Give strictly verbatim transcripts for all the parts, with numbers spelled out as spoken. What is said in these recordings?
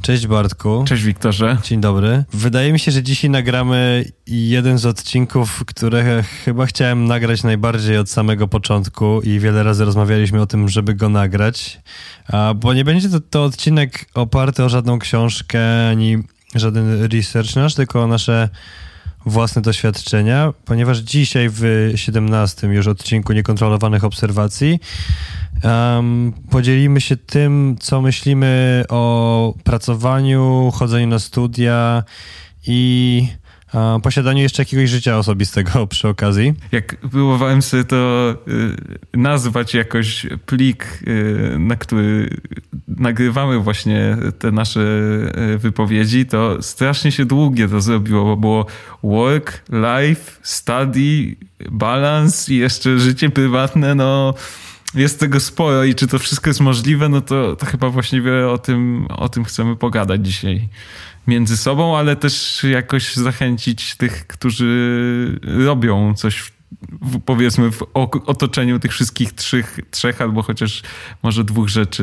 Cześć Bartku. Cześć Wiktorze. Dzień dobry. Wydaje mi się, że dzisiaj nagramy jeden z odcinków, które chyba chciałem nagrać najbardziej od samego początku i wiele razy rozmawialiśmy o tym, żeby go nagrać, a, bo nie będzie to, to odcinek oparty o żadną książkę ani żaden research nasz, tylko o nasze własne doświadczenia, ponieważ dzisiaj w siedemnastym już odcinku Niekontrolowanych Obserwacji um, podzielimy się tym, co myślimy o pracowaniu, chodzeniu na studia i um, posiadaniu jeszcze jakiegoś życia osobistego przy okazji. Jak próbowałem sobie to y, nazwać jakoś plik, y, na który nagrywamy właśnie te nasze y, wypowiedzi, to strasznie się długie to zrobiło, bo było work, life, study, balance i jeszcze życie prywatne, no jest tego sporo i czy to wszystko jest możliwe, no to, to chyba właściwie o tym, o tym chcemy pogadać dzisiaj między sobą, ale też jakoś zachęcić tych, którzy robią coś w, powiedzmy w otoczeniu tych wszystkich trzech, trzech albo chociaż może dwóch rzeczy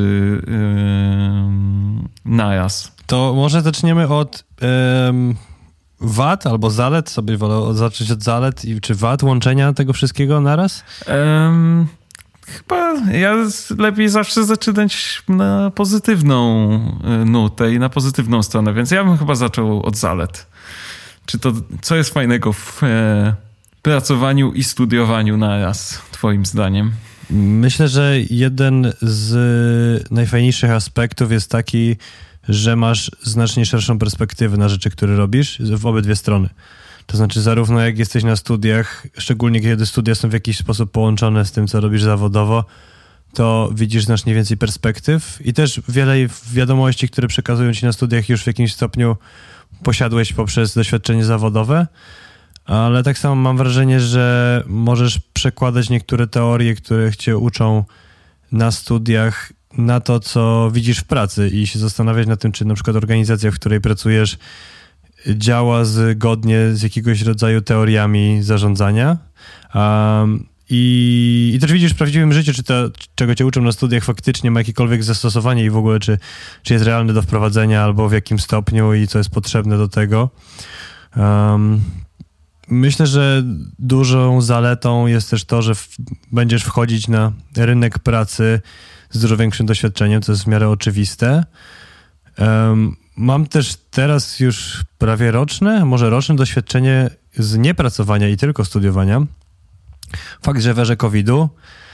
yy, naraz. To może zaczniemy od yy, wad albo zalet, sobie wolę zacząć od zalet i czy wad łączenia tego wszystkiego naraz? Um, Chyba ja lepiej zawsze zaczynać na pozytywną nutę i na pozytywną stronę, więc ja bym chyba zaczął od zalet. Czy to, co jest fajnego w e, pracowaniu i studiowaniu naraz, twoim zdaniem? Myślę, że jeden z najfajniejszych aspektów jest taki, że masz znacznie szerszą perspektywę na rzeczy, które robisz w obydwie strony. To znaczy zarówno jak jesteś na studiach, szczególnie kiedy studia są w jakiś sposób połączone z tym, co robisz zawodowo, to widzisz znacznie więcej perspektyw i też wiele wiadomości, które przekazują ci na studiach już w jakimś stopniu posiadłeś poprzez doświadczenie zawodowe, ale tak samo mam wrażenie, że możesz przekładać niektóre teorie, których cię uczą na studiach na to, co widzisz w pracy i się zastanawiać nad tym, czy na przykład organizacja, w której pracujesz, działa zgodnie z jakiegoś rodzaju teoriami zarządzania um, i, i też widzisz w prawdziwym życiu, czy to, czego cię uczą na studiach, faktycznie ma jakiekolwiek zastosowanie i w ogóle, czy, czy jest realne do wprowadzenia, albo w jakim stopniu i co jest potrzebne do tego. Um, myślę, że dużą zaletą jest też to, że w, będziesz wchodzić na rynek pracy z dużo większym doświadczeniem, co jest w miarę oczywiste. Um, Mam też teraz już prawie roczne, może roczne doświadczenie z niepracowania i tylko studiowania. Fakt, że w erze kowida,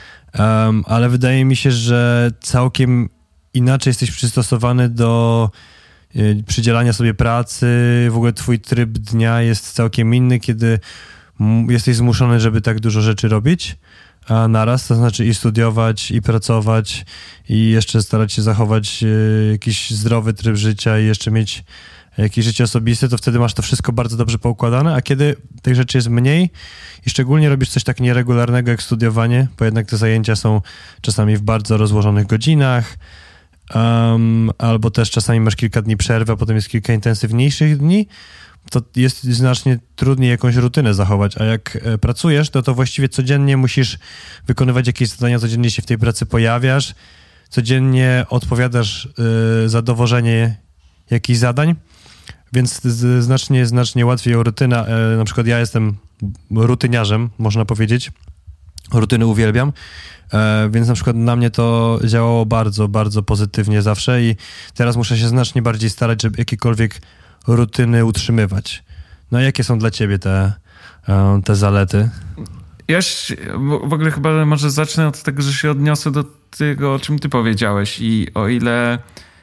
um, ale wydaje mi się, że całkiem inaczej jesteś przystosowany do y, przydzielania sobie pracy. W ogóle twój tryb dnia jest całkiem inny, kiedy m- jesteś zmuszony, żeby tak dużo rzeczy robić a naraz, to znaczy i studiować, i pracować, i jeszcze starać się zachować y, jakiś zdrowy tryb życia i jeszcze mieć jakieś życie osobiste, to wtedy masz to wszystko bardzo dobrze poukładane, a kiedy tych rzeczy jest mniej i szczególnie robisz coś tak nieregularnego jak studiowanie, bo jednak te zajęcia są czasami w bardzo rozłożonych godzinach, um, albo też czasami masz kilka dni przerwy, a potem jest kilka intensywniejszych dni, to jest znacznie trudniej jakąś rutynę zachować, a jak pracujesz, to to właściwie codziennie musisz wykonywać jakieś zadania, codziennie się w tej pracy pojawiasz, codziennie odpowiadasz y, za dowożenie jakichś zadań, więc z, znacznie, znacznie łatwiej o rutynę. Y, na przykład ja jestem rutyniarzem, można powiedzieć, rutyny uwielbiam, y, więc na przykład na mnie to działało bardzo, bardzo pozytywnie zawsze i teraz muszę się znacznie bardziej starać, żeby jakiekolwiek rutyny utrzymywać. No jakie są dla ciebie te, te zalety? Ja się, w ogóle chyba może zacznę od tego, że się odniosę do tego, o czym ty powiedziałeś i o ile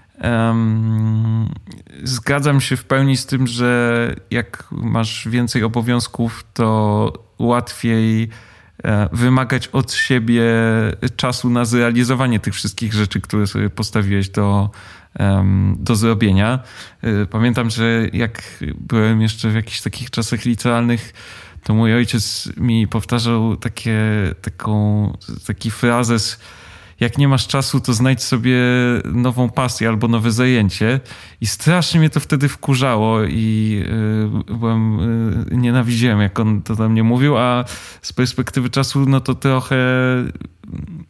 um, zgadzam się w pełni z tym, że jak masz więcej obowiązków, to łatwiej wymagać od siebie czasu na zrealizowanie tych wszystkich rzeczy, które sobie postawiłeś do, do zrobienia. Pamiętam, że jak byłem jeszcze w jakichś takich czasach licealnych, to mój ojciec mi powtarzał takie, taką, taki frazes: jak nie masz czasu, to znajdź sobie nową pasję albo nowe zajęcie. I strasznie mnie to wtedy wkurzało i yy, byłem, yy, nienawidziłem, jak on to do mnie mówił, a z perspektywy czasu, no to trochę,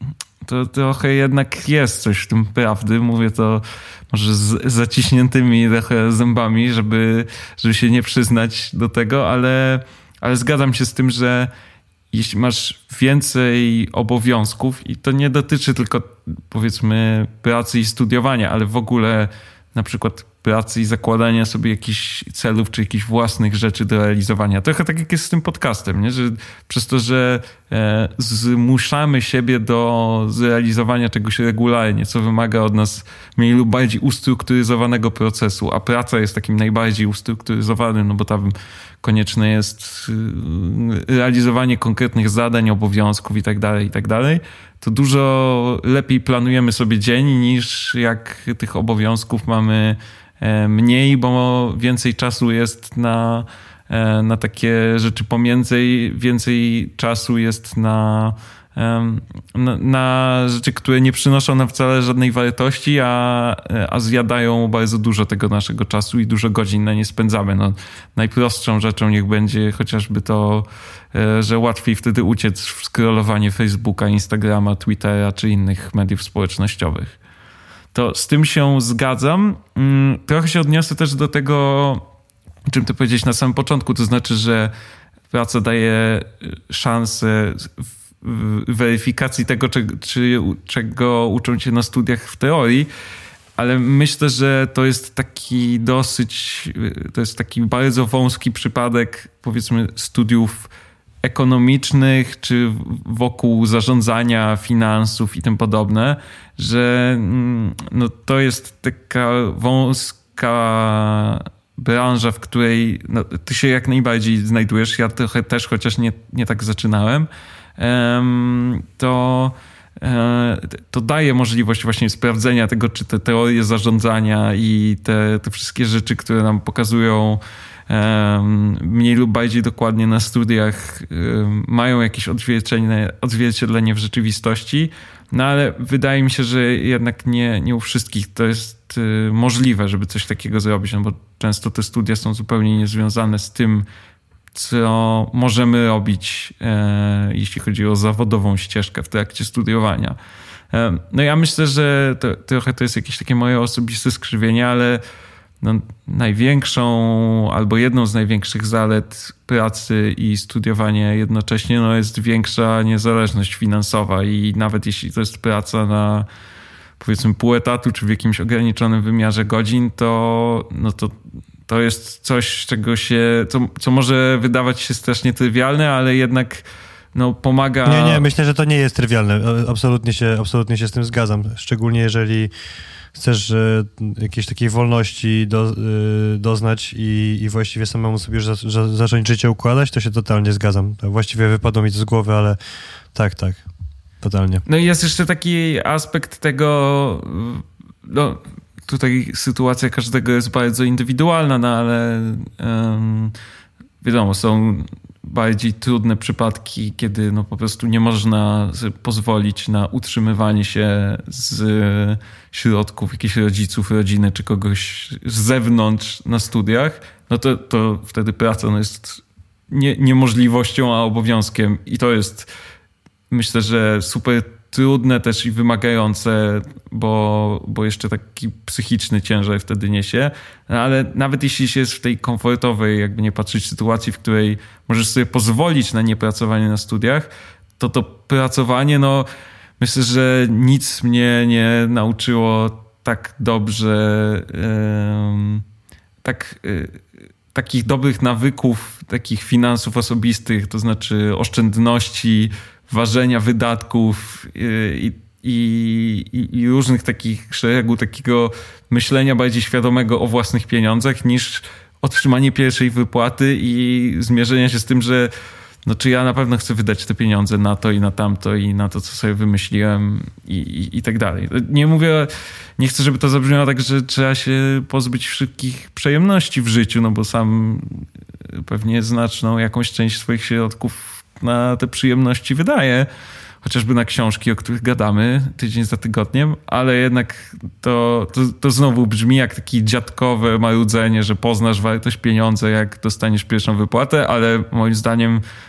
to trochę jednak jest coś w tym prawdy. Mówię to może z zaciśniętymi trochę zębami, żeby, żeby się nie przyznać do tego, ale, ale zgadzam się z tym, że jeśli masz więcej obowiązków i to nie dotyczy tylko powiedzmy pracy i studiowania, ale w ogóle na przykład pracy i zakładania sobie jakichś celów czy jakichś własnych rzeczy do realizowania. Trochę tak jak jest z tym podcastem, nie? Że przez to, że e, zmuszamy siebie do zrealizowania czegoś regularnie, co wymaga od nas mniej lub bardziej ustrukturyzowanego procesu, a praca jest takim najbardziej ustrukturyzowanym, no bo tam konieczne jest realizowanie konkretnych zadań, obowiązków i tak dalej, i tak dalej, to dużo lepiej planujemy sobie dzień niż jak tych obowiązków mamy mniej, bo więcej czasu jest na, na takie rzeczy pomiędzy, więcej czasu jest na, na, na rzeczy, które nie przynoszą nam wcale żadnej wartości, a, a zjadają bardzo dużo tego naszego czasu i dużo godzin na nie spędzamy. No, najprostszą rzeczą niech będzie chociażby to, że łatwiej wtedy uciec w scrollowanie Facebooka, Instagrama, Twittera czy innych mediów społecznościowych. To z tym się zgadzam. Trochę się odniosę też do tego, o czym ty powiedziałeś na samym początku, to znaczy, że praca daje szansę weryfikacji tego, czy, czy, czego uczą cię na studiach w teorii, ale myślę, że to jest taki dosyć, to jest taki bardzo wąski przypadek, powiedzmy, studiów ekonomicznych, czy wokół zarządzania finansów i tym podobne, że no, to jest taka wąska branża, w której no, ty się jak najbardziej znajdujesz. Ja trochę też, chociaż nie, nie tak zaczynałem, to, to daje możliwość właśnie sprawdzenia tego, czy te teorie zarządzania i te, te wszystkie rzeczy, które nam pokazują mniej lub bardziej dokładnie na studiach, mają jakieś odzwierciedlenie, odzwierciedlenie w rzeczywistości, no ale wydaje mi się, że jednak nie, nie u wszystkich to jest możliwe, żeby coś takiego zrobić, no bo często te studia są zupełnie niezwiązane z tym, co możemy robić, jeśli chodzi o zawodową ścieżkę w trakcie studiowania. No ja myślę, że to, trochę to jest jakieś takie moje osobiste skrzywienie, ale no, największą albo jedną z największych zalet pracy i studiowania jednocześnie no, jest większa niezależność finansowa i nawet jeśli to jest praca na powiedzmy pół etatu czy w jakimś ograniczonym wymiarze godzin, to, no to, to jest coś, czego się, co, co może wydawać się strasznie trywialne, ale jednak no, pomaga... Nie, nie, myślę, że to nie jest trywialne. Absolutnie się, absolutnie się z tym zgadzam. Szczególnie jeżeli chcesz jakiejś takiej wolności do, doznać i, i właściwie samemu sobie już za, za, zacząć życie układać, to się totalnie zgadzam. Właściwie wypadło mi to z głowy, ale tak, tak, totalnie. No i jest jeszcze taki aspekt tego, no tutaj sytuacja każdego jest bardzo indywidualna, no ale um, wiadomo, są bardziej trudne przypadki, kiedy no po prostu nie można pozwolić na utrzymywanie się z środków jakichś rodziców, rodziny czy kogoś z zewnątrz na studiach, no to, to wtedy praca no jest nie, niemożliwością, a obowiązkiem i to jest myślę, że super trudne też i wymagające, bo, bo jeszcze taki psychiczny ciężar wtedy niesie, no ale nawet jeśli się jest w tej komfortowej, jakby nie patrzeć, sytuacji, w której możesz sobie pozwolić na niepracowanie na studiach, to to pracowanie, no myślę, że nic mnie nie nauczyło tak dobrze, um, tak, y, takich dobrych nawyków, takich finansów osobistych, to znaczy oszczędności, ważenia wydatków i, i, i różnych takich szeregu takiego myślenia bardziej świadomego o własnych pieniądzach niż otrzymanie pierwszej wypłaty i zmierzenia się z tym, że no czy ja na pewno chcę wydać te pieniądze na to i na tamto i na to, co sobie wymyśliłem i, i, i tak dalej. Nie mówię, nie chcę, żeby to zabrzmiało tak, że trzeba się pozbyć wszystkich przyjemności w życiu, no bo sam pewnie znaczną jakąś część swoich środków na te przyjemności wydaje, chociażby na książki, o których gadamy tydzień za tygodniem, ale jednak to, to, to znowu brzmi jak takie dziadkowe marudzenie, że poznasz wartość pieniądza, jak dostaniesz pierwszą wypłatę, ale moim zdaniem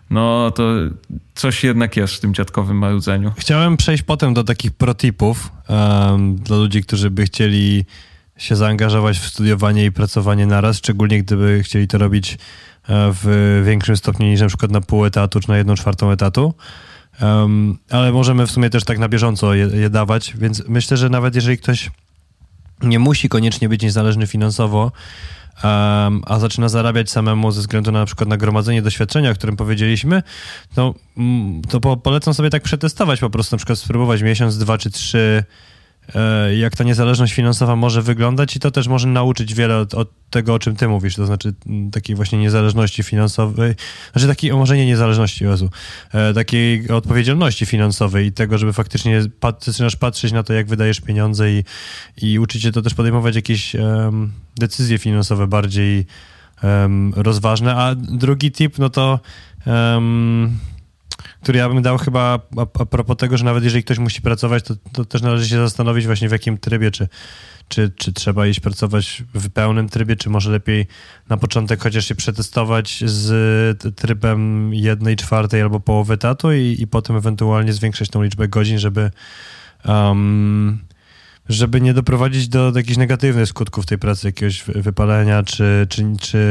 no to coś jednak jest w tym dziadkowym marudzeniu. Chciałem przejść potem do takich protipów um, dla ludzi, którzy by chcieli się zaangażować w studiowanie i pracowanie naraz, szczególnie gdyby chcieli to robić w większym stopniu niż na przykład na pół etatu czy na jedną czwartą etatu. Um, ale możemy w sumie też tak na bieżąco je, je dawać, więc myślę, że nawet jeżeli ktoś nie musi koniecznie być niezależny finansowo, um, a zaczyna zarabiać samemu ze względu na na przykład nagromadzenie doświadczenia, o którym powiedzieliśmy, to, to po, polecam sobie tak przetestować po prostu, na przykład spróbować miesiąc, dwa czy trzy, jak ta niezależność finansowa może wyglądać i to też może nauczyć wiele od, od tego, o czym ty mówisz, to znaczy takiej właśnie niezależności finansowej, znaczy takiej, może nie niezależności, Jezu, takiej odpowiedzialności finansowej i tego, żeby faktycznie pat, zaczynasz patrzeć na to, jak wydajesz pieniądze i, i uczyć się to też podejmować jakieś um, decyzje finansowe bardziej um, rozważne, a drugi tip, no to um, który ja bym dał chyba a, a propos tego, że nawet jeżeli ktoś musi pracować, to, to też należy się zastanowić właśnie w jakim trybie, czy, czy, czy trzeba iść pracować w pełnym trybie, czy może lepiej na początek chociaż się przetestować z trybem jednej czwartej albo połowy etatu i, i potem ewentualnie zwiększać tą liczbę godzin, żeby um, żeby nie doprowadzić do, do jakichś negatywnych skutków tej pracy, jakiegoś wypalenia, czy, czy, czy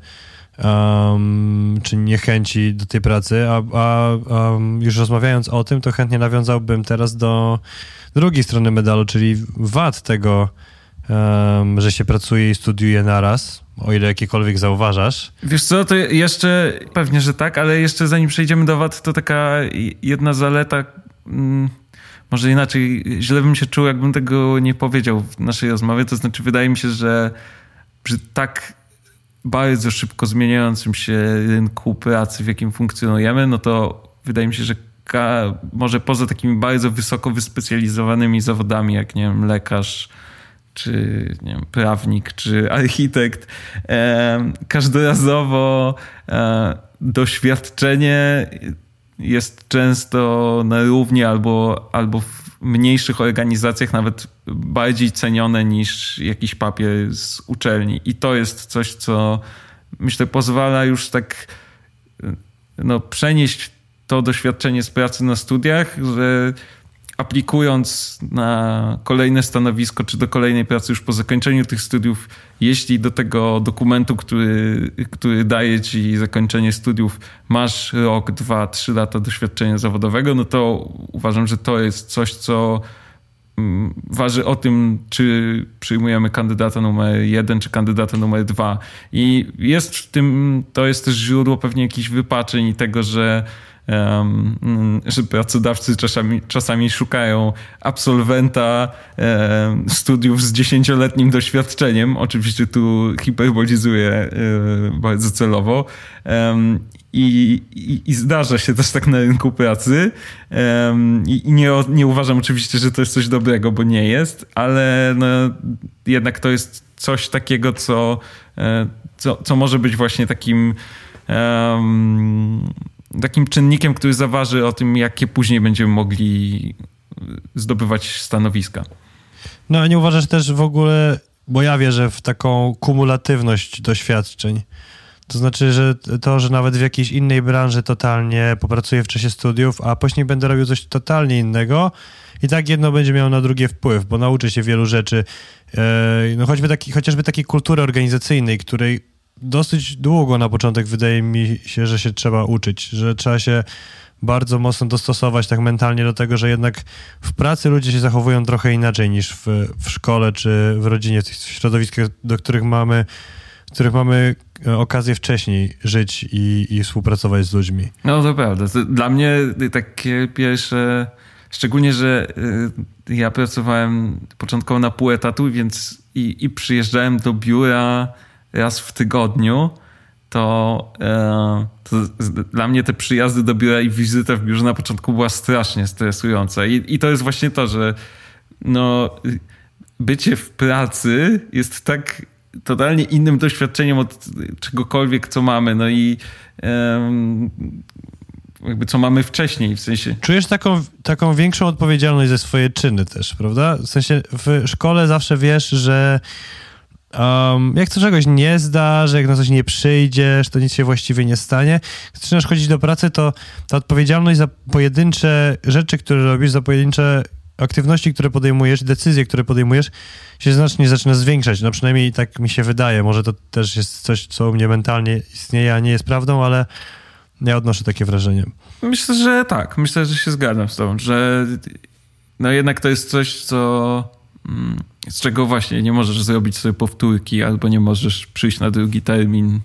Um, czy niechęci do tej pracy, a, a um, już rozmawiając o tym, to chętnie nawiązałbym teraz do drugiej strony medalu, czyli wad tego, um, że się pracuje i studiuje naraz, o ile jakiekolwiek zauważasz. Wiesz co, to jeszcze, pewnie, że tak, ale jeszcze zanim przejdziemy do wad, to taka jedna zaleta, mm, może inaczej, źle bym się czuł, jakbym tego nie powiedział w naszej rozmowie, to znaczy wydaje mi się, że przy tak bardzo szybko zmieniającym się rynku pracy, w jakim funkcjonujemy, no to wydaje mi się, że ka- może poza takimi bardzo wysoko wyspecjalizowanymi zawodami, jak nie wiem, lekarz, czy nie wiem, prawnik, czy architekt, e, każdorazowo e, doświadczenie jest często na równi albo, albo w mniejszych organizacjach nawet bardziej cenione niż jakiś papier z uczelni. I to jest coś, co myślę pozwala już tak no, przenieść to doświadczenie z pracy na studiach, że aplikując na kolejne stanowisko, czy do kolejnej pracy już po zakończeniu tych studiów, jeśli do tego dokumentu, który, który daje ci zakończenie studiów, masz rok, dwa, trzy lata doświadczenia zawodowego, no to uważam, że to jest coś, co waży o tym, czy przyjmujemy kandydata numer jeden, czy kandydata numer dwa. I jest w tym, to jest też źródło pewnie jakichś wypaczeń i tego, że Um, że pracodawcy czasami, czasami szukają absolwenta um, studiów z dziesięcioletnim doświadczeniem. Oczywiście tu hiperbolizuję um, bardzo celowo. Um, i, i, I zdarza się też tak na rynku pracy. Um, I nie, nie uważam oczywiście, że to jest coś dobrego, bo nie jest, ale no, jednak to jest coś takiego, co, co, co może być właśnie takim um, takim czynnikiem, który zaważy o tym, jakie później będziemy mogli zdobywać stanowiska. No a nie uważasz też w ogóle, bo ja wierzę w taką kumulatywność doświadczeń. To znaczy, że to, że nawet w jakiejś innej branży totalnie popracuję w czasie studiów, a później będę robił coś totalnie innego i tak jedno będzie miało na drugie wpływ, bo nauczę się wielu rzeczy. No choćby taki, chociażby takiej kultury organizacyjnej, której dosyć długo na początek wydaje mi się, że się trzeba uczyć, że trzeba się bardzo mocno dostosować tak mentalnie do tego, że jednak w pracy ludzie się zachowują trochę inaczej niż w, w szkole czy w rodzinie, w tych środowiskach, do których mamy, w których mamy okazję wcześniej żyć i, i współpracować z ludźmi. No to prawda. To dla mnie takie pierwsze, szczególnie, że ja pracowałem początkowo na pół etatu, więc i, i przyjeżdżałem do biura raz w tygodniu, to, e, to dla mnie te przyjazdy do biura i wizyta w biurze na początku była strasznie stresująca. I, i to jest właśnie to, że no, bycie w pracy jest tak totalnie innym doświadczeniem od czegokolwiek, co mamy. No i e, jakby co mamy wcześniej, w sensie. Czujesz taką, taką większą odpowiedzialność za swoje czyny też, prawda? W sensie w szkole zawsze wiesz, że um, jak to czegoś nie zdasz, jak na coś nie przyjdziesz, to nic się właściwie nie stanie. Jak zaczynasz chodzić do pracy, to ta odpowiedzialność za pojedyncze rzeczy, które robisz, za pojedyncze aktywności, które podejmujesz, decyzje, które podejmujesz, się znacznie zaczyna zwiększać. No przynajmniej tak mi się wydaje. Może to też jest coś, co u mnie mentalnie istnieje, a nie jest prawdą, ale ja odnoszę takie wrażenie. Myślę, że tak. Myślę, że się zgadzam z tobą, że no jednak to jest coś, co z czego właśnie nie możesz zrobić sobie powtórki albo nie możesz przyjść na drugi termin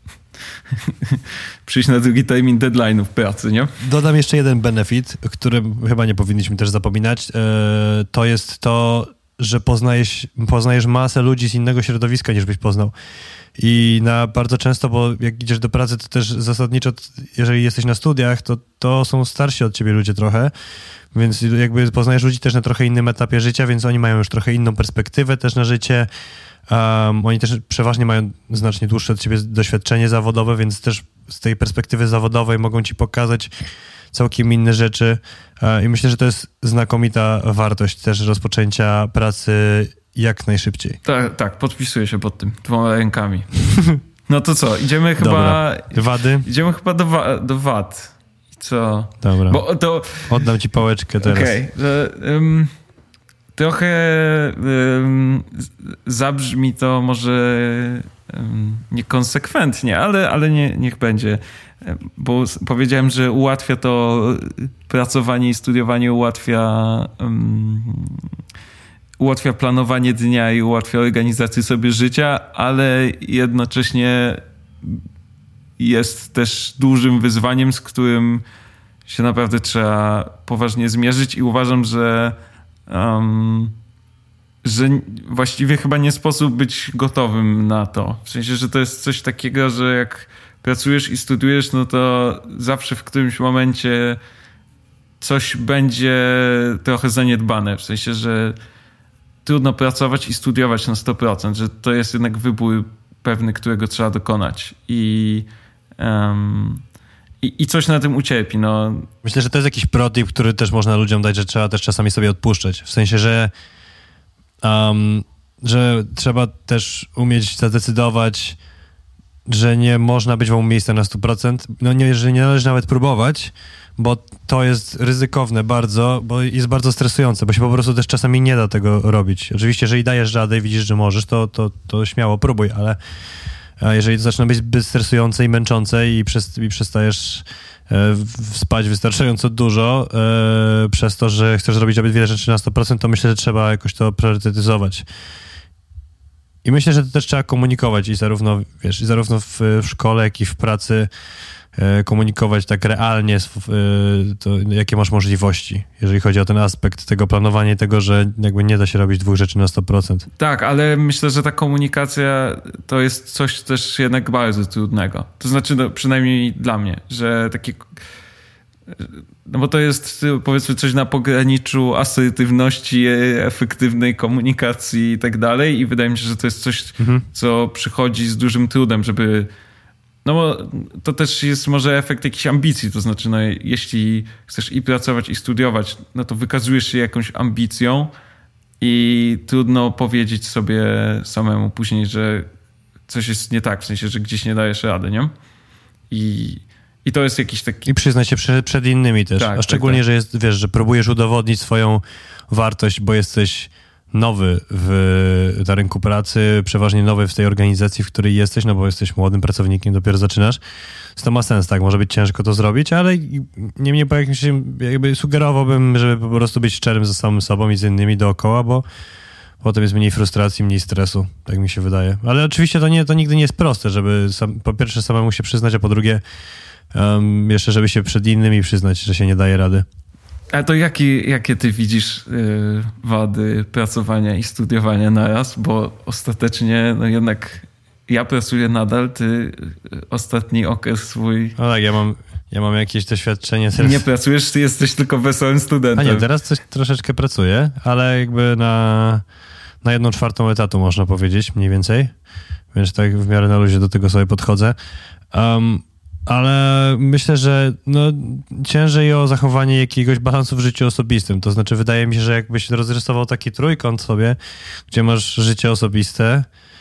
przyjść na drugi termin deadline'u w pracy, nie? Dodam jeszcze jeden benefit, o którym chyba nie powinniśmy też zapominać. To jest to, że poznajesz, poznajesz masę ludzi z innego środowiska niż byś poznał. I na bardzo często, bo jak idziesz do pracy, to też zasadniczo, jeżeli jesteś na studiach, to, to są starsi od ciebie ludzie trochę, więc jakby poznajesz ludzi też na trochę innym etapie życia, więc oni mają już trochę inną perspektywę też na życie. Um, oni też przeważnie mają znacznie dłuższe od ciebie doświadczenie zawodowe, więc też z tej perspektywy zawodowej mogą ci pokazać całkiem inne rzeczy. Uh, I myślę, że to jest znakomita wartość też rozpoczęcia pracy jak najszybciej. Tak, tak, podpisuję się pod tym dwoma rękami. No to co, idziemy chyba... Dobra. Wady? Idziemy chyba do, wa- do wad. Co? Dobra. Bo to... Oddam ci pałeczkę teraz. Okej. Okay. Um, trochę um, zabrzmi to może um, niekonsekwentnie, ale, ale nie, niech będzie. Bo powiedziałem, że ułatwia to pracowanie i studiowanie, ułatwia... Um, ułatwia planowanie dnia i ułatwia organizację sobie życia, ale jednocześnie jest też dużym wyzwaniem, z którym się naprawdę trzeba poważnie zmierzyć i uważam, że um, że właściwie chyba nie sposób być gotowym na to. W sensie, że to jest coś takiego, że jak pracujesz i studiujesz, no to zawsze w którymś momencie coś będzie trochę zaniedbane. W sensie, że trudno pracować i studiować na sto procent, że to jest jednak wybór pewny, którego trzeba dokonać i, um, i, i coś na tym ucierpi. No. Myślę, że to jest jakiś protip, który też można ludziom dać, że trzeba też czasami sobie odpuszczać. W sensie, że, um, że trzeba też umieć zadecydować, że nie można być wam miejsca na sto procent. No nie, że nie należy nawet próbować, bo to jest ryzykowne bardzo, bo jest bardzo stresujące, bo się po prostu też czasami nie da tego robić. Oczywiście, jeżeli dajesz radę i widzisz, że możesz, to, to, to śmiało próbuj, ale jeżeli to zaczyna być zbyt stresujące i męczące i, przez, i przestajesz e, spać wystarczająco dużo e, przez to, że chcesz zrobić obydwie rzeczy na sto procent, to myślę, że trzeba jakoś to priorytetyzować. I myślę, że to też trzeba komunikować i zarówno, wiesz, i zarówno w, w szkole, jak i w pracy e, komunikować tak realnie, e, to, jakie masz możliwości, jeżeli chodzi o ten aspekt tego planowania i tego, że jakby nie da się robić dwóch rzeczy na sto procent. Tak, ale myślę, że ta komunikacja to jest coś też jednak bardzo trudnego. To znaczy, no, przynajmniej dla mnie, że takie... No bo to jest, powiedzmy, coś na pograniczu asertywności, efektywnej komunikacji i tak dalej i wydaje mi się, że to jest coś, mhm. co przychodzi z dużym trudem, żeby... No bo to też jest może efekt jakiejś ambicji, to znaczy, no jeśli chcesz i pracować, i studiować, no to wykazujesz się jakąś ambicją i trudno powiedzieć sobie samemu później, że coś jest nie tak, w sensie, że gdzieś nie dajesz rady, nie? I... I to jest jakiś taki... I przyznać się przed, przed innymi też. Tak, a szczególnie, tak, tak. że jest, wiesz, że próbujesz udowodnić swoją wartość, bo jesteś nowy w, na rynku pracy, przeważnie nowy w tej organizacji, w której jesteś, no bo jesteś młodym pracownikiem, dopiero zaczynasz. To ma sens, tak? Może być ciężko to zrobić, ale niemniej po jakimś, jakby sugerowałbym, żeby po prostu być szczerym ze samym sobą i z innymi dookoła, bo potem jest mniej frustracji, mniej stresu, tak mi się wydaje. Ale oczywiście to, nie, to nigdy nie jest proste, żeby sam, po pierwsze samemu się przyznać, a po drugie Um, jeszcze, żeby się przed innymi przyznać, że się nie daje rady. A to jaki, jakie ty widzisz yy, wady pracowania i studiowania naraz? Bo ostatecznie, no jednak ja pracuję nadal, ty ostatni okres swój... No tak, ja mam, ja mam jakieś doświadczenie. Teraz... Nie pracujesz, ty jesteś tylko wesołym studentem. A nie, teraz coś troszeczkę pracuję, ale jakby na, na jedną czwartą etatu można powiedzieć, mniej więcej. Więc tak w miarę na luzie do tego sobie podchodzę. Um, Ale myślę, że no, ciężej o zachowanie jakiegoś balansu w życiu osobistym. To znaczy, wydaje mi się, że jakbyś rozrysował taki trójkąt sobie, gdzie masz życie osobiste,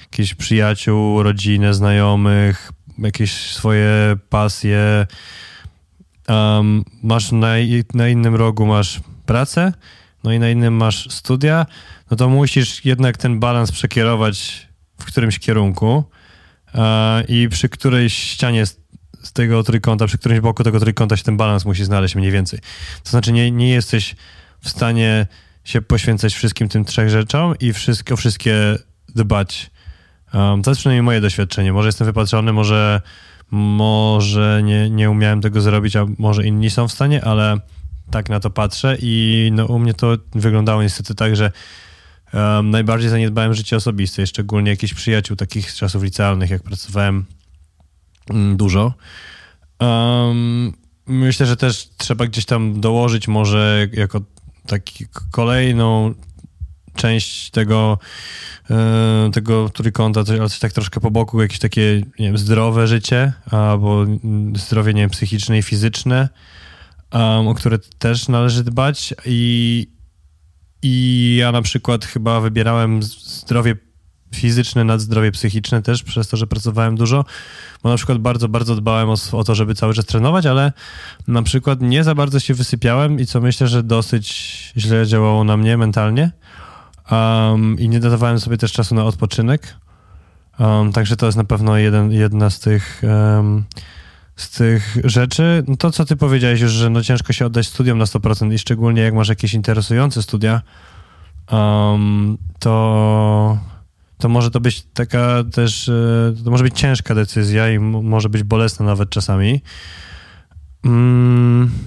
jakichś przyjaciół, rodzinę, znajomych, jakieś swoje pasje. Um, masz na, na innym rogu masz pracę, no i na innym masz studia, no to musisz jednak ten balans przekierować w którymś kierunku uh, i przy którejś ścianie z, z tego trójkąta, przy którymś boku tego trójkąta się ten balans musi znaleźć mniej więcej. To znaczy nie, nie jesteś w stanie się poświęcać wszystkim tym trzech rzeczom i wszystko, wszystkie dbać. Um, to jest przynajmniej moje doświadczenie. Może jestem wypatrzony, może, może nie, nie umiałem tego zrobić, a może inni są w stanie, ale tak na to patrzę i no, u mnie to wyglądało niestety tak, że um, najbardziej zaniedbałem życie osobiste, szczególnie jakichś przyjaciół takich z czasów licealnych, jak pracowałem um, dużo. Um, myślę, że też trzeba gdzieś tam dołożyć może jako taki kolejną część tego, yy, tego trójkąta, ale coś tak troszkę po boku, jakieś takie, nie wiem, zdrowe życie, albo zdrowie, nie wiem, psychiczne i fizyczne, um, o które też należy dbać i, i ja na przykład chyba wybierałem zdrowie fizyczne nad zdrowie psychiczne też, przez to, że pracowałem dużo, bo na przykład bardzo, bardzo dbałem o, o to, żeby cały czas trenować, ale na przykład nie za bardzo się wysypiałem i co myślę, że dosyć źle działało na mnie mentalnie. Um, i nie dodawałem sobie też czasu na odpoczynek. Um, także to jest na pewno jeden, jedna z tych, um, z tych rzeczy. No to, co ty powiedziałeś już, że no ciężko się oddać studiom na sto procent i szczególnie jak masz jakieś interesujące studia, um, to, to może to być taka też, to może być ciężka decyzja i m- może być bolesna nawet czasami. Um,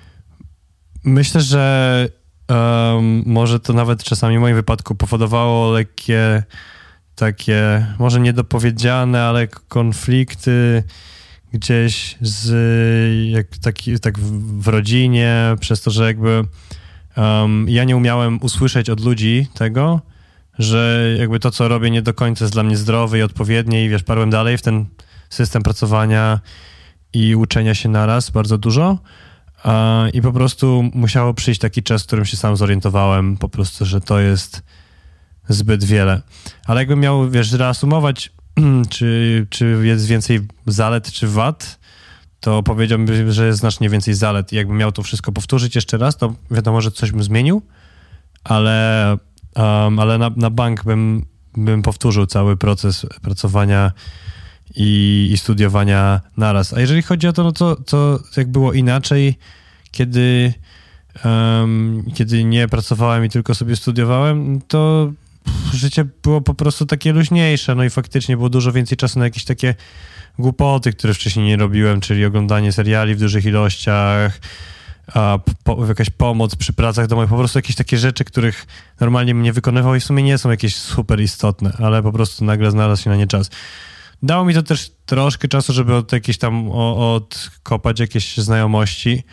myślę, że Um, może to nawet czasami w moim wypadku powodowało lekkie takie, może niedopowiedziane, ale konflikty gdzieś z jak, taki, tak w, w rodzinie, przez to, że jakby um, ja nie umiałem usłyszeć od ludzi tego, że jakby to, co robię, nie do końca jest dla mnie zdrowe i odpowiednie i wiesz, parłem dalej w ten system pracowania i uczenia się naraz bardzo dużo. I po prostu musiało przyjść taki czas, w którym się sam zorientowałem po prostu, że to jest zbyt wiele. Ale jakbym miał, wiesz, reasumować, czy, czy jest więcej zalet, czy wad, to powiedziałbym, że jest znacznie więcej zalet. I jakbym miał to wszystko powtórzyć jeszcze raz, to wiadomo, że coś bym zmienił, ale, um, ale na, na bank bym, bym powtórzył cały proces pracowania I, i studiowania naraz. A jeżeli chodzi o to, no to, to jak było inaczej, kiedy, um, kiedy nie pracowałem i tylko sobie studiowałem, to życie było po prostu takie luźniejsze, no i faktycznie było dużo więcej czasu na jakieś takie głupoty, które wcześniej nie robiłem, czyli oglądanie seriali w dużych ilościach, a po, jakaś pomoc przy pracach domowych, po prostu jakieś takie rzeczy, których normalnie bym nie wykonywał i w sumie nie są jakieś super istotne, ale po prostu nagle znalazł się na nie czas. Dało mi to też troszkę czasu, żeby od jakieś tam o, odkopać jakieś znajomości,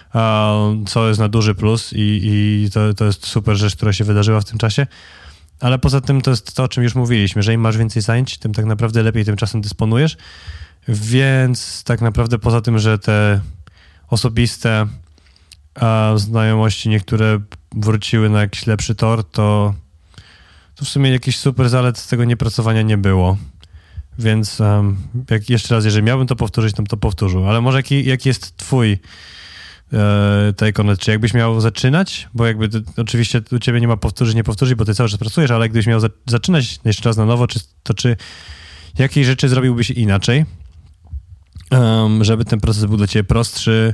co jest na duży plus i, i to, to jest super rzecz, która się wydarzyła w tym czasie. Ale poza tym to jest to, o czym już mówiliśmy, że im masz więcej zajęć, tym tak naprawdę lepiej tym czasem dysponujesz. Więc tak naprawdę poza tym, że te osobiste a, znajomości niektóre wróciły na jakiś lepszy tor, to, to w sumie jakiś super zalet z tego niepracowania nie było. Więc um, jak jeszcze raz, jeżeli miałbym to powtórzyć, to to powtórzył. Ale może jaki, jaki jest twój e, take on it? Czy jakbyś miał zaczynać? Bo jakby ty, oczywiście u ciebie nie ma powtórzyć, nie powtórzyć, bo ty cały czas pracujesz, ale gdybyś miał za, zaczynać jeszcze raz na nowo, czy, to czy jakiej rzeczy zrobiłbyś inaczej, um, żeby ten proces był dla ciebie prostszy?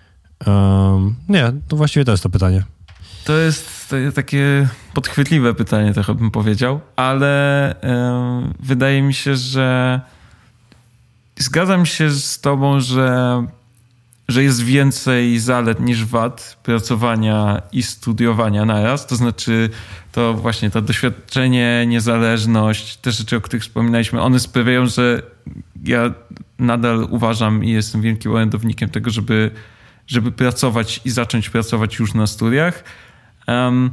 Um, nie, to właściwie to jest to pytanie. To jest takie podchwytliwe pytanie, trochę bym powiedział, ale yy, wydaje mi się, że zgadzam się z tobą, że, że jest więcej zalet niż wad pracowania i studiowania naraz. To znaczy to właśnie to doświadczenie, niezależność, te rzeczy, o których wspominaliśmy, one sprawiają, że ja nadal uważam i jestem wielkim orędownikiem tego, żeby, żeby pracować i zacząć pracować już na studiach. Um,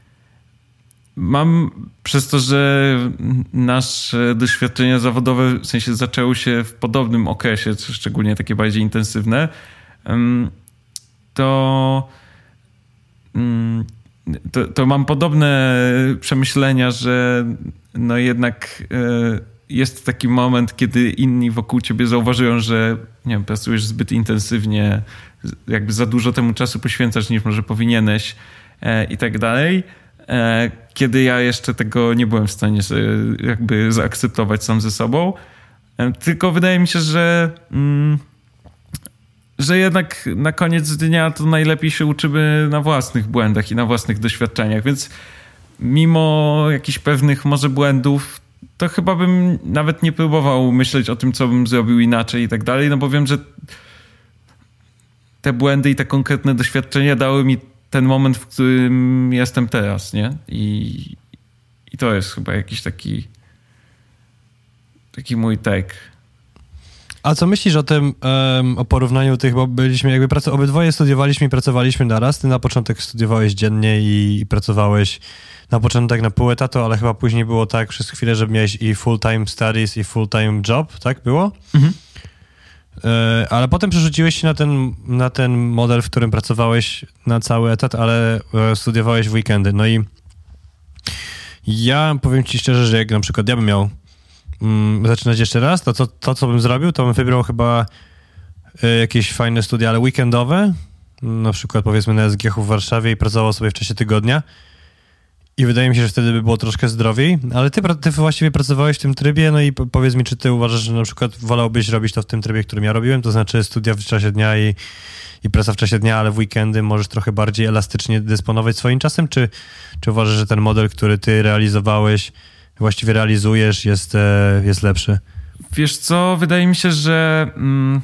mam przez to, że nasze doświadczenia zawodowe w sensie zaczęły się w podobnym okresie, szczególnie takie bardziej intensywne, um, to um, to, to mam podobne przemyślenia, że no jednak jest taki moment, kiedy inni wokół ciebie zauważyją, że nie wiem, pracujesz zbyt intensywnie, jakby za dużo temu czasu poświęcasz niż może powinieneś i tak dalej. Kiedy ja jeszcze tego nie byłem w stanie sobie jakby zaakceptować sam ze sobą. Tylko wydaje mi się, że mm, że jednak na koniec dnia to najlepiej się uczymy na własnych błędach i na własnych doświadczeniach, więc mimo jakichś pewnych może błędów, to chyba bym nawet nie próbował myśleć o tym, co bym zrobił inaczej i tak dalej, no bo wiem, że te błędy i te konkretne doświadczenia dały mi ten moment, w którym jestem teraz, nie? I, i to jest chyba jakiś taki taki mój take. A co myślisz o tym, um, o porównaniu tych, bo byliśmy jakby, prac- obydwoje studiowaliśmy i pracowaliśmy naraz. Ty na początek studiowałeś dziennie i, i pracowałeś na początek na pół etatu, ale chyba później było tak przez chwilę, że miałeś i full-time studies i full-time job, tak było? Mhm. E, ale potem przerzuciłeś się na ten, na ten model, w którym pracowałeś na cały etat, ale e, studiowałeś w weekendy. No i ja powiem ci szczerze, że jak na przykład ja bym miał mm, zaczynać jeszcze raz, to, to to, co bym zrobił, to bym wybrał chyba e, jakieś fajne studia, ale weekendowe, na przykład powiedzmy na S G H u w Warszawie i pracował sobie w czasie tygodnia. I wydaje mi się, że wtedy by było troszkę zdrowiej, ale ty, ty właściwie pracowałeś w tym trybie, no i powiedz mi, czy ty uważasz, że na przykład wolałbyś robić to w tym trybie, którym ja robiłem, to znaczy studia w czasie dnia i, i praca w czasie dnia, ale w weekendy możesz trochę bardziej elastycznie dysponować swoim czasem, czy, czy uważasz, że ten model, który ty realizowałeś, właściwie realizujesz, jest, e, jest lepszy? Wiesz co, wydaje mi się, że, mm,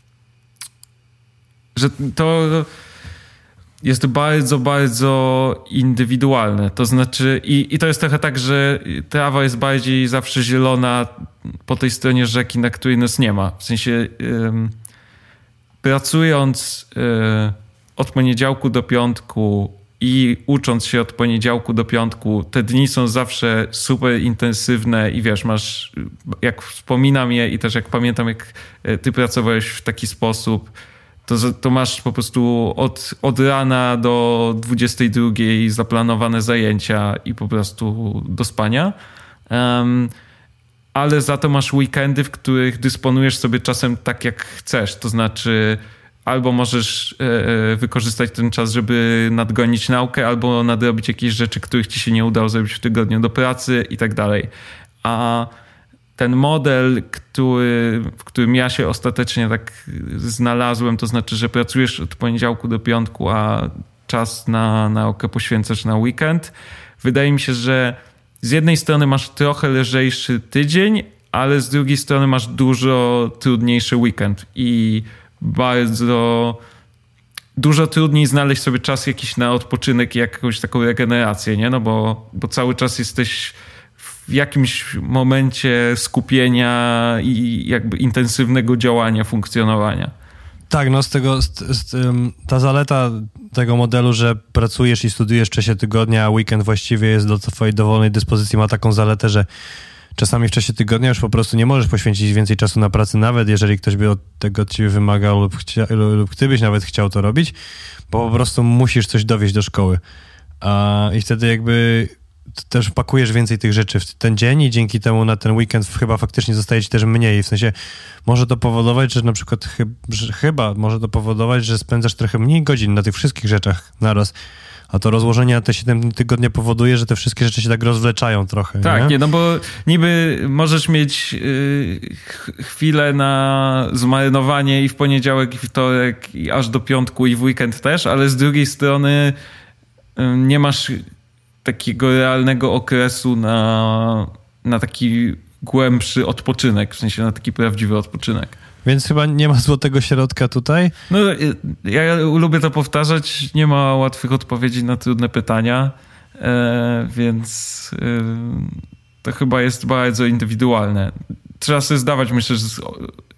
że to... jest bardzo, bardzo indywidualne. To znaczy, i, i to jest trochę tak, że trawa jest bardziej zawsze zielona po tej stronie rzeki, na której nas nie ma. W sensie ym, pracując y, od poniedziałku do piątku i ucząc się od poniedziałku do piątku, te dni są zawsze super intensywne i wiesz, masz, jak wspominam je i też jak pamiętam, jak ty pracowałeś w taki sposób, To, to masz po prostu od, od rana do dwudziestej drugiej zaplanowane zajęcia i po prostu do spania. Um, ale za to masz weekendy, w których dysponujesz sobie czasem tak, jak chcesz. To znaczy albo możesz e, wykorzystać ten czas, żeby nadgonić naukę, albo nadrobić jakieś rzeczy, których ci się nie udało zrobić w tygodniu do pracy i tak dalej. A ten model, który, w którym ja się ostatecznie tak znalazłem, to znaczy, że pracujesz od poniedziałku do piątku, a czas na naukę poświęcasz na weekend. Wydaje mi się, że z jednej strony masz trochę lżejszy tydzień, ale z drugiej strony masz dużo trudniejszy weekend i bardzo dużo trudniej znaleźć sobie czas jakiś na odpoczynek i jakąś taką regenerację, nie? No bo, bo cały czas jesteś w jakimś momencie skupienia i jakby intensywnego działania, funkcjonowania. Tak, no z tego, z, z, ta zaleta tego modelu, że pracujesz i studujesz w czasie tygodnia, a weekend właściwie jest do twojej dowolnej dyspozycji, ma taką zaletę, że czasami w czasie tygodnia już po prostu nie możesz poświęcić więcej czasu na pracę, nawet jeżeli ktoś by od tego od ciebie wymagał lub, chcia, lub ty byś nawet chciał to robić, bo po prostu musisz coś dowieźć do szkoły. A, i wtedy jakby też pakujesz więcej tych rzeczy w ten dzień i dzięki temu na ten weekend chyba faktycznie zostaje ci też mniej. W sensie może to powodować, że na przykład chy, że chyba może to powodować, że spędzasz trochę mniej godzin na tych wszystkich rzeczach naraz. A to rozłożenie na te siedem tygodnie powoduje, że te wszystkie rzeczy się tak rozwleczają trochę. Tak, nie, nie no bo niby możesz mieć yy, chwilę na zmarynowanie i w poniedziałek, i wtorek, i aż do piątku, i w weekend też, ale z drugiej strony yy, nie masz takiego realnego okresu na, na taki głębszy odpoczynek, w sensie na taki prawdziwy odpoczynek. Więc chyba nie ma złotego środka tutaj? No, ja lubię to powtarzać. Nie ma łatwych odpowiedzi na trudne pytania, e, więc e, to chyba jest bardzo indywidualne. Trzeba sobie zdawać, myślę, że z,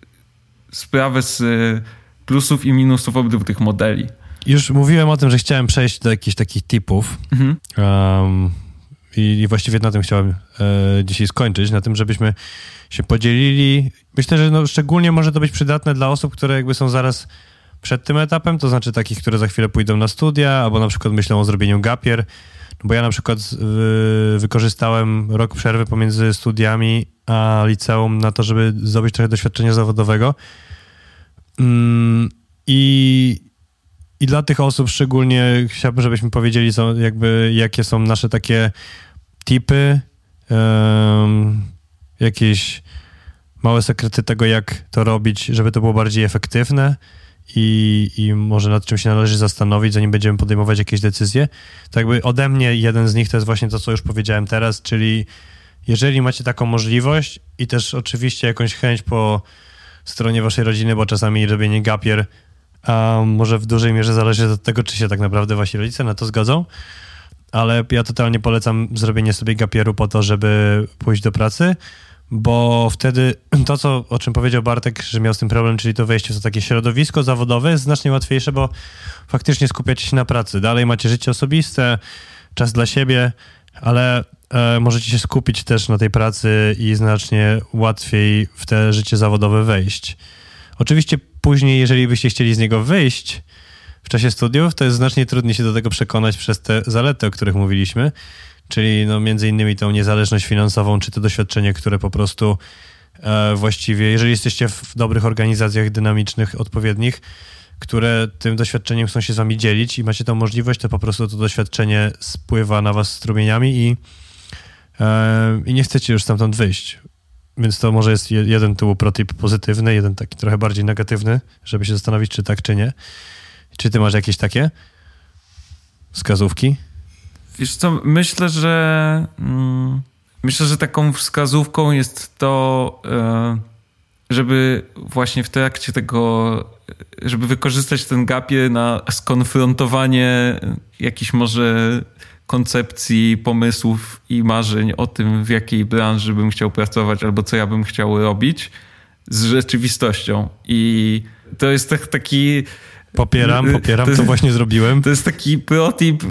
sprawę z plusów i minusów obydwu tych modeli. Już mówiłem o tym, że chciałem przejść do jakichś takich tipów mhm. um, i, i właściwie na tym chciałem e, dzisiaj skończyć, na tym, żebyśmy się podzielili. Myślę, że no, szczególnie może to być przydatne dla osób, które jakby są zaraz przed tym etapem, to znaczy takich, które za chwilę pójdą na studia, albo na przykład myślą o zrobieniu gap year, bo ja na przykład wy, wykorzystałem rok przerwy pomiędzy studiami a liceum na to, żeby zdobyć trochę doświadczenia zawodowego. Mm, i, I dla tych osób szczególnie chciałbym, żebyśmy powiedzieli, co, jakby, jakie są nasze takie tipy, um, jakieś małe sekrety tego, jak to robić, żeby to było bardziej efektywne i, i może nad czym się należy zastanowić, zanim będziemy podejmować jakieś decyzje. To jakby ode mnie jeden z nich to jest właśnie to, co już powiedziałem teraz, czyli jeżeli macie taką możliwość i też oczywiście jakąś chęć po stronie waszej rodziny, bo czasami robienie gap year a może w dużej mierze zależy od tego, czy się tak naprawdę wasi rodzice na to zgodzą, ale ja totalnie polecam zrobienie sobie gap yearu po to, żeby pójść do pracy, bo wtedy to, co, o czym powiedział Bartek, że miał z tym problem, czyli to wejście w to takie środowisko zawodowe jest znacznie łatwiejsze, bo faktycznie skupiacie się na pracy. Dalej macie życie osobiste, czas dla siebie, ale e, możecie się skupić też na tej pracy i znacznie łatwiej w te życie zawodowe wejść. Oczywiście później, jeżeli byście chcieli z niego wyjść w czasie studiów, to jest znacznie trudniej się do tego przekonać przez te zalety, o których mówiliśmy, czyli no między innymi tą niezależność finansową, czy to doświadczenie, które po prostu e, właściwie, jeżeli jesteście w dobrych organizacjach dynamicznych, odpowiednich, które tym doświadczeniem chcą się z wami dzielić i macie tą możliwość, to po prostu to doświadczenie spływa na was strumieniami i, e, i nie chcecie już stamtąd wyjść. Więc to może jest jeden tu protip pozytywny, jeden taki trochę bardziej negatywny, żeby się zastanowić, czy tak, czy nie. Czy ty masz jakieś takie wskazówki? Wiesz co, myślę, że mm, myślę, że taką wskazówką jest to, y, żeby właśnie w trakcie tego, żeby wykorzystać ten gap year na skonfrontowanie jakichś może koncepcji, pomysłów i marzeń o tym, w jakiej branży bym chciał pracować albo co ja bym chciał robić z rzeczywistością. I to jest tak, taki... Popieram, popieram, to, to właśnie zrobiłem. To jest taki protip,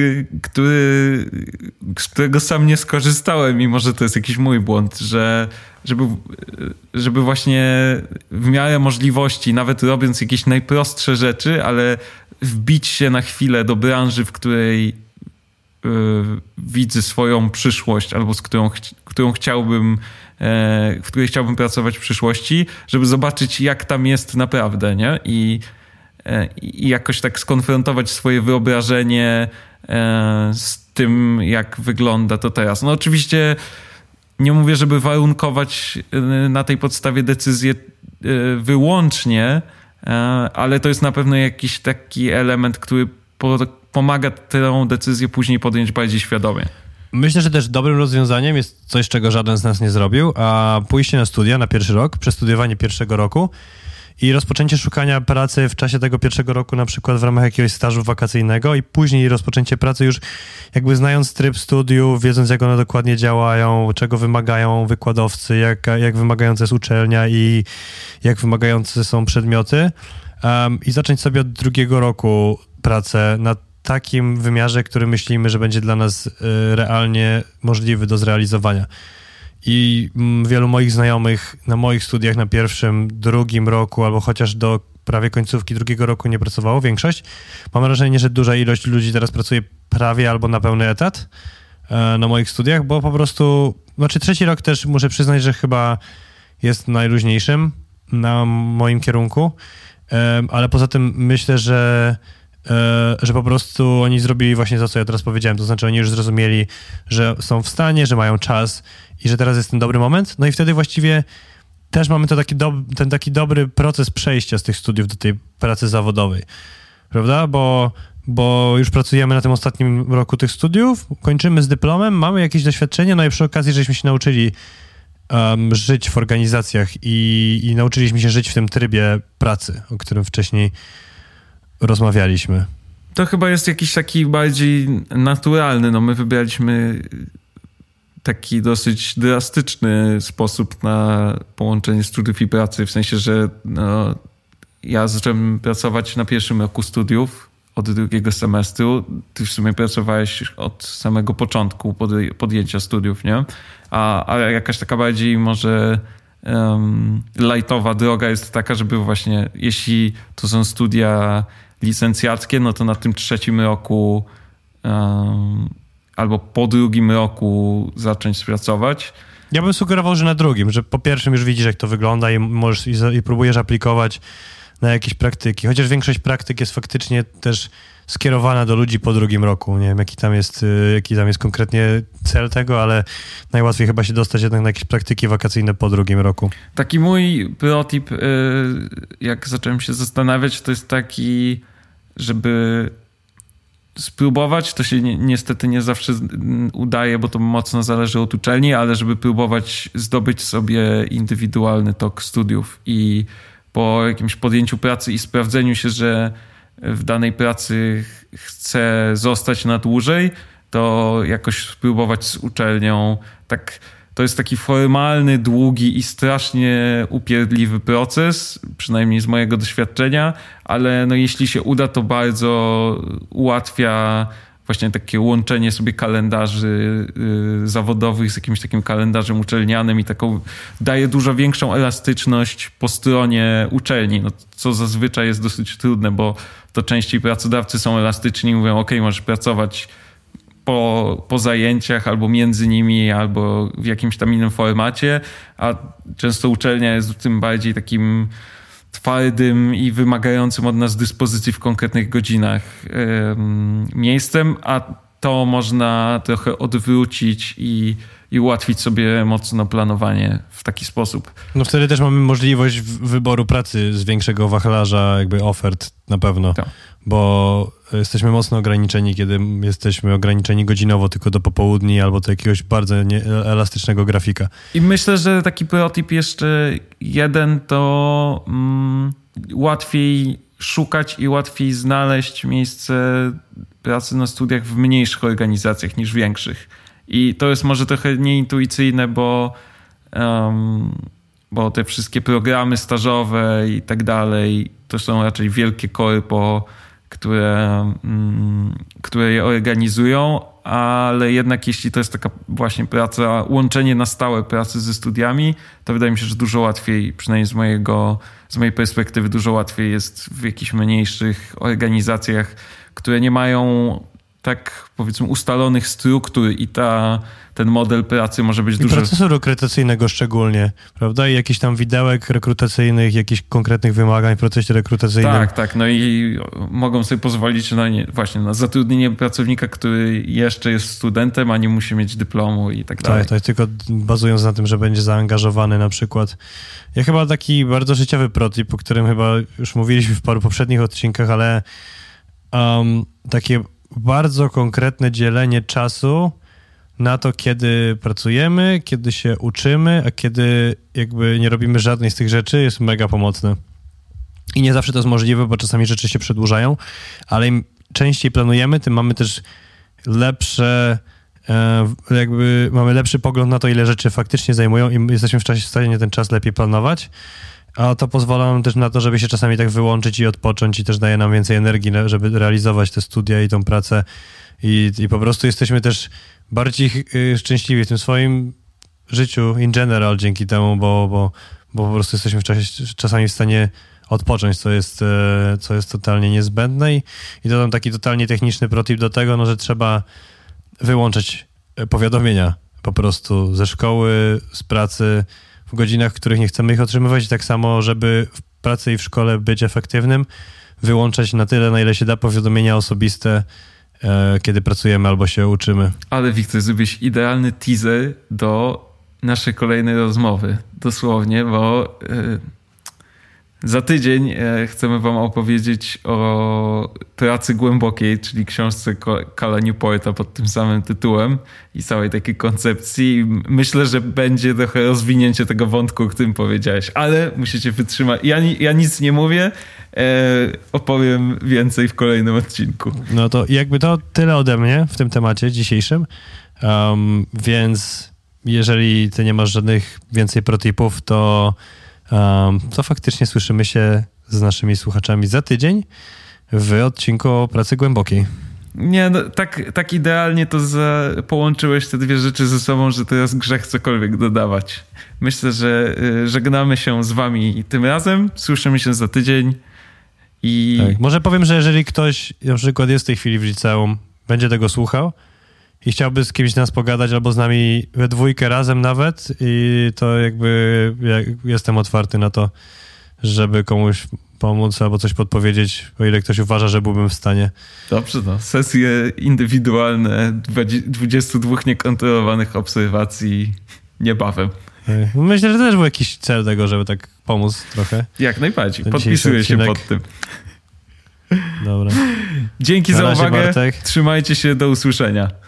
który, z którego sam nie skorzystałem, mimo że to jest jakiś mój błąd, że żeby, żeby właśnie w miarę możliwości, nawet robiąc jakieś najprostsze rzeczy, ale wbić się na chwilę do branży, w której y, widzę swoją przyszłość albo z którą, którą chciałbym w której chciałbym pracować w przyszłości, żeby zobaczyć, jak tam jest naprawdę, nie? I i jakoś tak skonfrontować swoje wyobrażenie z tym, jak wygląda to teraz. No oczywiście nie mówię, żeby warunkować na tej podstawie decyzję wyłącznie, ale to jest na pewno jakiś taki element, który pomaga tę decyzję później podjąć bardziej świadomie. Myślę, że też dobrym rozwiązaniem jest coś, czego żaden z nas nie zrobił, a pójście na studia na pierwszy rok, przestudiowanie pierwszego roku i rozpoczęcie szukania pracy w czasie tego pierwszego roku, na przykład w ramach jakiegoś stażu wakacyjnego i później rozpoczęcie pracy już jakby znając tryb studiów, wiedząc jak one dokładnie działają, czego wymagają wykładowcy, jak, jak wymagająca jest uczelnia i jak wymagające są przedmioty um, i zacząć sobie od drugiego roku pracę na takim wymiarze, który myślimy, że będzie dla nas y, realnie możliwy do zrealizowania. I wielu moich znajomych na moich studiach na pierwszym, drugim roku albo chociaż do prawie końcówki drugiego roku nie pracowało, większość. Mam wrażenie, że duża ilość ludzi teraz pracuje prawie albo na pełny etat na moich studiach, bo po prostu, znaczy trzeci rok też muszę przyznać, że chyba jest najluźniejszym na moim kierunku, ale poza tym myślę, że że po prostu oni zrobili właśnie to, co ja teraz powiedziałem, to znaczy oni już zrozumieli, że są w stanie, że mają czas i że teraz jest ten dobry moment, no i wtedy właściwie też mamy to taki do, ten taki dobry proces przejścia z tych studiów do tej pracy zawodowej, prawda, bo, bo już pracujemy na tym ostatnim roku tych studiów, kończymy z dyplomem, mamy jakieś doświadczenie, no i przy okazji, żeśmy się nauczyli um, żyć w organizacjach i, i nauczyliśmy się żyć w tym trybie pracy, o którym wcześniej rozmawialiśmy. To chyba jest jakiś taki bardziej naturalny. No my wybraliśmy taki dosyć drastyczny sposób na połączenie studiów i pracy. W sensie, że no, ja zacząłem pracować na pierwszym roku studiów od drugiego semestru. Ty w sumie pracowałeś od samego początku podjęcia studiów, nie? A, a jakaś taka bardziej może um, lightowa droga jest taka, żeby właśnie, jeśli to są studia licencjackie, no to na tym trzecim roku um, albo po drugim roku zacząć pracować. Ja bym sugerował, że na drugim, że po pierwszym już widzisz, jak to wygląda i możesz i, za, i próbujesz aplikować na jakieś praktyki. Chociaż większość praktyk jest faktycznie też skierowana do ludzi po drugim roku. Nie wiem, jaki tam jest, jaki tam jest konkretnie cel tego, ale najłatwiej chyba się dostać jednak na jakieś praktyki wakacyjne po drugim roku. Taki mój protip, jak zacząłem się zastanawiać, to jest taki, żeby spróbować, to się ni- niestety nie zawsze udaje, bo to mocno zależy od uczelni, ale żeby próbować zdobyć sobie indywidualny tok studiów i po jakimś podjęciu pracy i sprawdzeniu się, że w danej pracy chcę zostać na dłużej, to jakoś spróbować z uczelnią. Tak, to jest taki formalny, długi i strasznie upierdliwy proces, przynajmniej z mojego doświadczenia, ale no jeśli się uda, to bardzo ułatwia właśnie takie łączenie sobie kalendarzy yy, zawodowych z jakimś takim kalendarzem uczelnianym i taką daje dużo większą elastyczność po stronie uczelni, no, co zazwyczaj jest dosyć trudne, bo to częściej pracodawcy są elastyczni i mówią, ok, możesz pracować po, po zajęciach albo między nimi, albo w jakimś tam innym formacie, a często uczelnia jest w tym bardziej takim twardym i wymagającym od nas dyspozycji w konkretnych godzinach yy, miejscem, a to można trochę odwrócić i, i ułatwić sobie mocno planowanie w taki sposób. No wtedy też mamy możliwość wyboru pracy z większego wachlarza jakby ofert na pewno, tak. Bo jesteśmy mocno ograniczeni, kiedy jesteśmy ograniczeni godzinowo tylko do popołudni albo do jakiegoś bardzo nie, elastycznego grafika. I myślę, że taki protip jeszcze jeden to mm, łatwiej szukać i łatwiej znaleźć miejsce pracy na studiach w mniejszych organizacjach niż większych. I to jest może trochę nieintuicyjne, bo, um, bo te wszystkie programy stażowe i tak dalej to są raczej wielkie korpo, które, um, które je organizują, ale jednak jeśli to jest taka właśnie praca, łączenie na stałe pracy ze studiami, to wydaje mi się, że dużo łatwiej, przynajmniej z mojego, z mojej perspektywy, dużo łatwiej jest w jakichś mniejszych organizacjach, które nie mają tak powiedzmy ustalonych struktur i ta, ten model pracy może być I dużo... procesu rekrutacyjnego szczególnie, prawda? I jakichś tam widełek rekrutacyjnych, jakichś konkretnych wymagań w procesie rekrutacyjnym. Tak, tak. No i mogą sobie pozwolić na nie, właśnie na zatrudnienie pracownika, który jeszcze jest studentem, a nie musi mieć dyplomu i tak dalej. Tak, tak, tylko bazując na tym, że będzie zaangażowany na przykład. Ja chyba taki bardzo życiowy protip, o którym chyba już mówiliśmy w paru poprzednich odcinkach, ale um, takie bardzo konkretne dzielenie czasu na to, kiedy pracujemy, kiedy się uczymy, a kiedy jakby nie robimy żadnej z tych rzeczy, jest mega pomocne. I nie zawsze to jest możliwe, bo czasami rzeczy się przedłużają, ale im częściej planujemy, tym mamy też lepsze, jakby mamy lepszy pogląd na to, ile rzeczy faktycznie zajmują i jesteśmy w czasie w stanie ten czas lepiej planować. A to pozwala nam też na to, żeby się czasami tak wyłączyć i odpocząć i też daje nam więcej energii, żeby realizować te studia i tą pracę i, i po prostu jesteśmy też bardziej szczęśliwi w tym swoim życiu in general dzięki temu, bo, bo, bo po prostu jesteśmy w czasie, czasami w stanie odpocząć, co jest, co jest totalnie niezbędne i, i dodam taki totalnie techniczny protip do tego, no, że trzeba wyłączać powiadomienia po prostu ze szkoły, z pracy, w godzinach, w których nie chcemy ich otrzymywać i tak samo, żeby w pracy i w szkole być efektywnym, wyłączać na tyle, na ile się da powiadomienia osobiste, e, kiedy pracujemy albo się uczymy. Ale Wiktor, zrobiłeś idealny teaser do naszej kolejnej rozmowy. Dosłownie, bo e, za tydzień e, chcemy wam opowiedzieć o pracy głębokiej, czyli książce Cala Newporta pod tym samym tytułem i całej takiej koncepcji. Myślę, że będzie trochę rozwinięcie tego wątku, o którym powiedziałeś, ale musicie wytrzymać. Ja, ja nic nie mówię, e, opowiem więcej w kolejnym odcinku. No to jakby to tyle ode mnie w tym temacie dzisiejszym, um, więc jeżeli ty nie masz żadnych więcej protipów, to Um, to faktycznie słyszymy się z naszymi słuchaczami za tydzień w odcinku o pracy głębokiej. Nie, no, tak, tak idealnie to za, połączyłeś te dwie rzeczy ze sobą, że teraz grzech cokolwiek dodawać. myślę, że żegnamy się z wami tym razem. Słyszymy się za tydzień. I... Tak. Może powiem, że jeżeli ktoś na przykład jest w tej chwili w liceum, będzie tego słuchał i chciałby z kimś z nas pogadać albo z nami we dwójkę razem nawet, i to jakby ja jestem otwarty na to, żeby komuś pomóc albo coś podpowiedzieć, o ile ktoś uważa, że byłbym w stanie. Dobrze, no. Sesje indywidualne, dwudziestu dwóch niekontrolowanych obserwacji niebawem. Myślę, że też był jakiś cel tego, żeby tak pomóc trochę. Jak najbardziej. Podpisuję się pod tym. Dobra. Dzięki Na za razie, uwagę. Bartek. Trzymajcie się, do usłyszenia.